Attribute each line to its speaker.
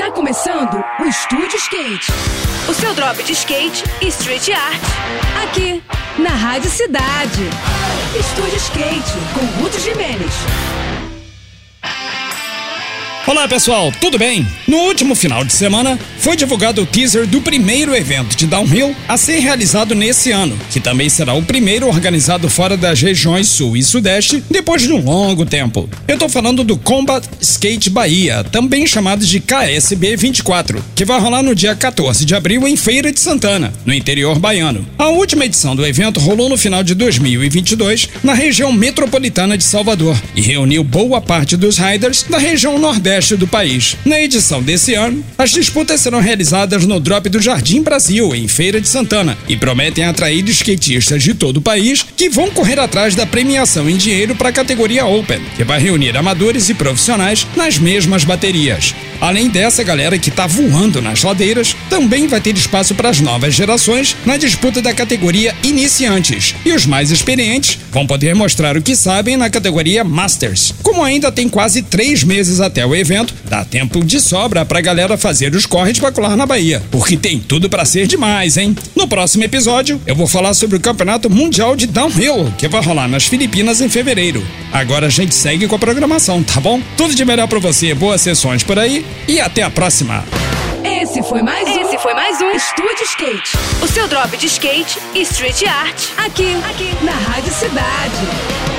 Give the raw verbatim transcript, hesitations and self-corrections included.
Speaker 1: Tá começando o Estúdio Skate.
Speaker 2: O seu drop de skate e street art.
Speaker 1: Aqui, na Rádio Cidade. Estúdio Skate, com Ruth Jimenez.
Speaker 3: Olá pessoal, tudo bem? No último final de semana foi divulgado o teaser do primeiro evento de downhill a ser realizado nesse ano, que também será o primeiro organizado fora das regiões sul e sudeste depois de um longo tempo. Eu tô falando do Combat Skate Bahia, também chamado de K S B vinte e quatro, que vai rolar no dia quatorze de abril em Feira de Santana, no interior baiano. A última edição do evento rolou no final de dois mil e vinte e dois na região metropolitana de Salvador e reuniu boa parte dos riders da região nordeste do país. Na edição desse ano, as disputas serão realizadas no Drop do Jardim Brasil, em Feira de Santana, e prometem atrair skatistas de todo o país que vão correr atrás da premiação em dinheiro para a categoria Open, que vai reunir amadores e profissionais nas mesmas baterias. Além dessa galera que tá voando nas ladeiras, também vai ter espaço para as novas gerações na disputa da categoria Iniciantes, e os mais experientes vão poder mostrar o que sabem na categoria Masters. Como ainda tem quase três meses até o evento, dá tempo de sobra pra galera fazer os corres pra colar na Bahia, porque tem tudo pra ser demais, hein? No próximo episódio, eu vou falar sobre o Campeonato Mundial de Downhill, que vai rolar nas Filipinas em fevereiro. Agora a gente segue com a programação, tá bom? Tudo de melhor pra você, boas sessões por aí e até a próxima!
Speaker 1: Esse foi mais um.
Speaker 2: Esse foi mais um
Speaker 1: Estúdio Skate.
Speaker 2: O seu drop de skate e street art.
Speaker 1: Aqui, aqui, na Rádio Cidade.